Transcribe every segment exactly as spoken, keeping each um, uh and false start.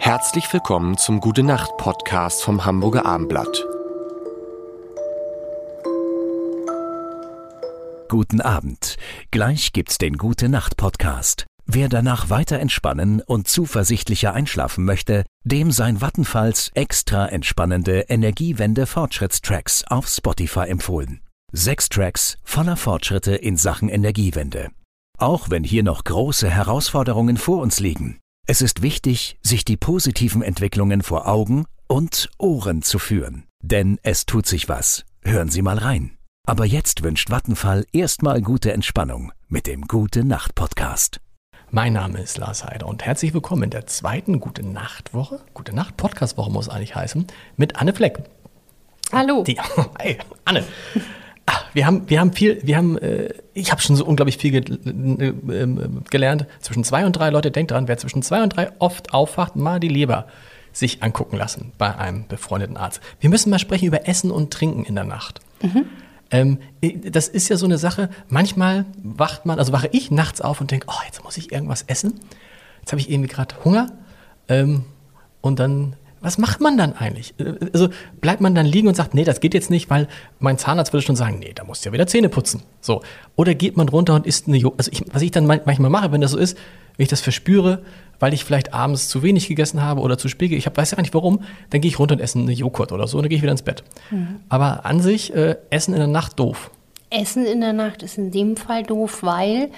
Herzlich willkommen zum Gute-Nacht-Podcast vom Hamburger Abendblatt. Guten Abend. Gleich gibt's den Gute-Nacht-Podcast. Wer danach weiter entspannen und zuversichtlicher einschlafen möchte, dem sein Vattenfalls extra entspannende Energiewende-Fortschrittstracks auf Spotify empfohlen. Sechs Tracks voller Fortschritte in Sachen Energiewende. Auch wenn hier noch große Herausforderungen vor uns liegen. Es ist wichtig, sich die positiven Entwicklungen vor Augen und Ohren zu führen. Denn es tut sich was. Hören Sie mal rein. Aber jetzt wünscht Vattenfall erstmal gute Entspannung mit dem Gute-Nacht-Podcast. Mein Name ist Lars Heider und herzlich willkommen in der zweiten Gute-Nacht-Woche, Gute-Nacht-Podcast-Woche muss eigentlich heißen, mit Anne Fleck. Hallo. Die, hey, Anne. Ach, wir haben, wir haben viel, wir haben, äh, ich habe schon so unglaublich viel ge äh, gelernt. Zwischen zwei und drei Leute, denkt dran, wer zwischen zwei und drei oft aufwacht, mal die Leber sich angucken lassen bei einem befreundeten Arzt. Wir müssen mal sprechen über Essen und Trinken in der Nacht. Mhm. Ähm, das ist ja so eine Sache, manchmal wacht man, also wache ich nachts auf und denke, oh, jetzt muss ich irgendwas essen. Jetzt habe ich irgendwie gerade Hunger. Ähm, und dann, was macht man dann eigentlich? Also bleibt man dann liegen und sagt, nee, das geht jetzt nicht, weil mein Zahnarzt würde schon sagen, nee, da musst du ja wieder Zähne putzen. So. Oder geht man runter und isst eine Joghurt. Also ich, was ich dann manchmal mache, wenn das so ist, wenn ich das verspüre, weil ich vielleicht abends zu wenig gegessen habe oder zu spät, ich hab, weiß ja gar nicht warum, dann gehe ich runter und esse eine Joghurt oder so und dann gehe ich wieder ins Bett. Mhm. Aber an sich, äh, Essen in der Nacht doof. Essen in der Nacht ist in dem Fall doof, weil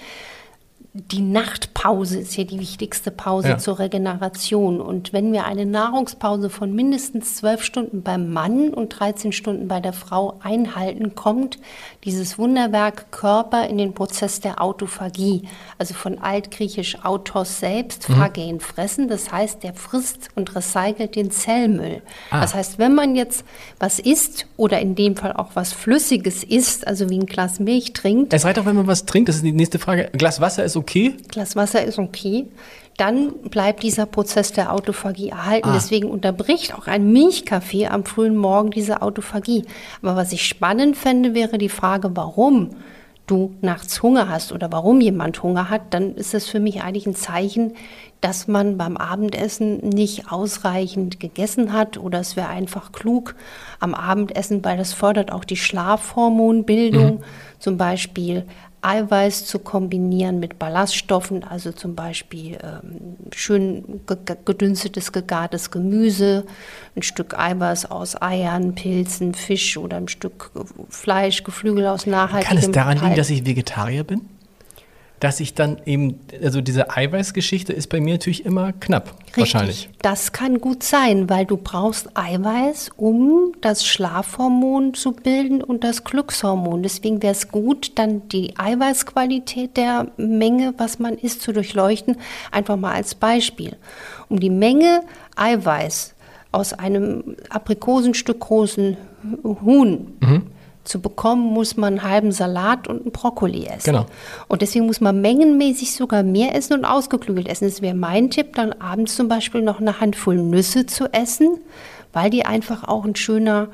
die Nachtpause ist ja die wichtigste Pause ja. zur Regeneration. Und wenn wir eine Nahrungspause von mindestens zwölf Stunden beim Mann und dreizehn Stunden bei der Frau einhalten, kommt dieses Wunderwerk Körper in den Prozess der Autophagie. Also von altgriechisch autos selbst, mhm. phagein fressen. Das heißt, der frisst und recycelt den Zellmüll. Ah. Das heißt, wenn man jetzt was isst oder in dem Fall auch was Flüssiges isst, also wie ein Glas Milch trinkt. Es reicht auch, wenn man was trinkt, das ist die nächste Frage. Ein Glas Wasser ist okay? Glas Wasser ist okay. Dann bleibt dieser Prozess der Autophagie erhalten. Ah. Deswegen unterbricht auch ein Milchkaffee am frühen Morgen diese Autophagie. Aber was ich spannend fände, wäre die Frage, warum du nachts Hunger hast oder warum jemand Hunger hat. Dann ist das für mich eigentlich ein Zeichen, dass man beim Abendessen nicht ausreichend gegessen hat oder es wäre einfach klug am Abendessen, weil das fördert auch die Schlafhormonbildung, mhm. zum Beispiel Eiweiß zu kombinieren mit Ballaststoffen, also zum Beispiel ähm, schön gedünstetes, gegartes Gemüse, ein Stück Eiweiß aus Eiern, Pilzen, Fisch oder ein Stück Fleisch, Geflügel aus nachhaltigem Kann es daran liegen, Halt. dass ich Vegetarier bin? Dass ich dann eben, also diese Eiweißgeschichte ist bei mir natürlich immer knapp, Richtig. Wahrscheinlich. Das kann gut sein, weil du brauchst Eiweiß, um das Schlafhormon zu bilden und das Glückshormon. Deswegen wäre es gut, dann die Eiweißqualität der Menge, was man isst, zu durchleuchten. Einfach mal als Beispiel. Um die Menge Eiweiß aus einem Aprikosenstück großen Huhn mhm. zu bekommen, muss man einen halben Salat und einen Brokkoli essen. Genau. Und deswegen muss man mengenmäßig sogar mehr essen und ausgeklügelt essen. Das wäre mein Tipp, dann abends zum Beispiel noch eine Handvoll Nüsse zu essen, weil die einfach auch ein schöner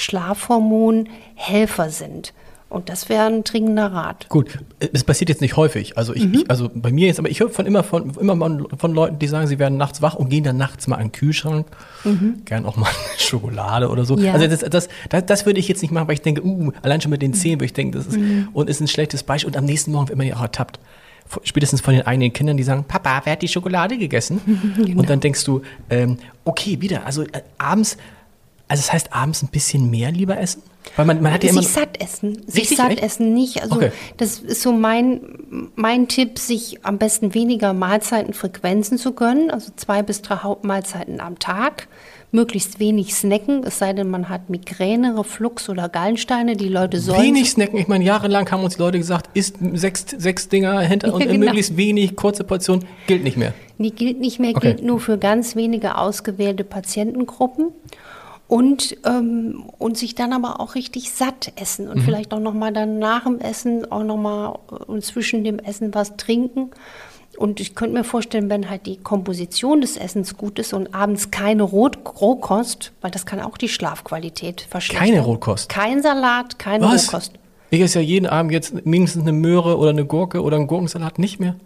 Schlafhormonhelfer sind. Und das wäre ein dringender Rat. Gut, es passiert jetzt nicht häufig. Also ich, mhm. ich also bei mir jetzt, aber ich höre von immer von immer mal von Leuten, die sagen, sie werden nachts wach und gehen dann nachts mal an den Kühlschrank, mhm. gern auch mal Schokolade oder so. Ja. Also das, das, das, das würde ich jetzt nicht machen, weil ich denke, uh, allein schon mit den Zähnen würde ich denken, das ist mhm. und ist ein schlechtes Beispiel. Und am nächsten Morgen wird man ja auch ertappt. Spätestens von den eigenen Kindern, die sagen, Papa, wer hat die Schokolade gegessen? Genau. Und dann denkst du, ähm, okay, wieder, also äh, abends, also das heißt abends ein bisschen mehr lieber essen? Weil man, man hat ja immer sich satt essen, sich Richtig, satt echt? essen nicht. Also okay. das ist so mein, mein Tipp, sich am besten weniger Mahlzeitenfrequenzen zu gönnen, also zwei bis drei Hauptmahlzeiten am Tag. Möglichst wenig snacken, es sei denn, man hat Migräne, Reflux oder Gallensteine. Die Leute sollen... Wenig snacken? Ich meine, jahrelang haben uns die Leute gesagt, isst sechs, sechs Dinger hinter und ja, genau. möglichst wenig, kurze Portion, gilt nicht mehr. Nee, gilt nicht mehr, okay. gilt nur für ganz wenige ausgewählte Patientengruppen. Und, ähm, und sich dann aber auch richtig satt essen und mhm. vielleicht auch nochmal dann nach dem Essen auch nochmal und zwischen dem Essen was trinken. Und ich könnte mir vorstellen, wenn halt die Komposition des Essens gut ist und abends keine Rot- Rohkost, weil das kann auch die Schlafqualität verschlechtern. Keine Rohkost? Kein Salat, keine Was? Rohkost. Ich esse ja jeden Abend jetzt mindestens eine Möhre oder eine Gurke oder einen Gurkensalat, nicht mehr.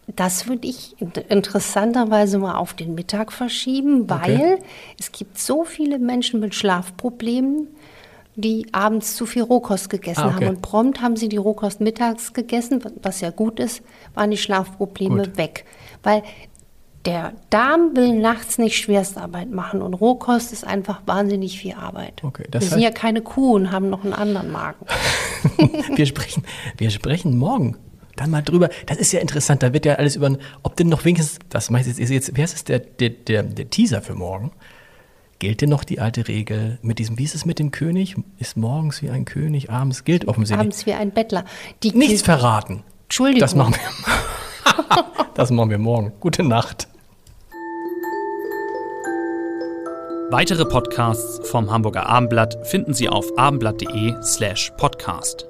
Das würde ich interessanterweise mal auf den Mittag verschieben, weil Okay. es gibt so viele Menschen mit Schlafproblemen, die abends zu viel Rohkost gegessen Ah, okay. haben. Und prompt haben sie die Rohkost mittags gegessen, was ja gut ist, waren die Schlafprobleme Gut. weg. Weil der Darm will nachts nicht Schwerstarbeit machen und Rohkost ist einfach wahnsinnig viel Arbeit. Okay, das Wir sind heißt- ja keine Kuh und haben noch einen anderen Magen. wir, sprechen, wir sprechen morgen dann mal drüber. Das ist ja interessant, da wird ja alles über, ob denn noch wenigstens, das meinst du jetzt, jetzt wer ist es, der, der, der, der Teaser für morgen? Gilt denn noch die alte Regel mit diesem, wie ist es mit dem König? Ist morgens wie ein König, abends gilt offensichtlich. Abends wie ein Bettler. Die Nichts verraten. Entschuldigung. Das machen wir. Das machen wir morgen. Gute Nacht. Weitere Podcasts vom Hamburger Abendblatt finden Sie auf abendblatt.de slash podcast.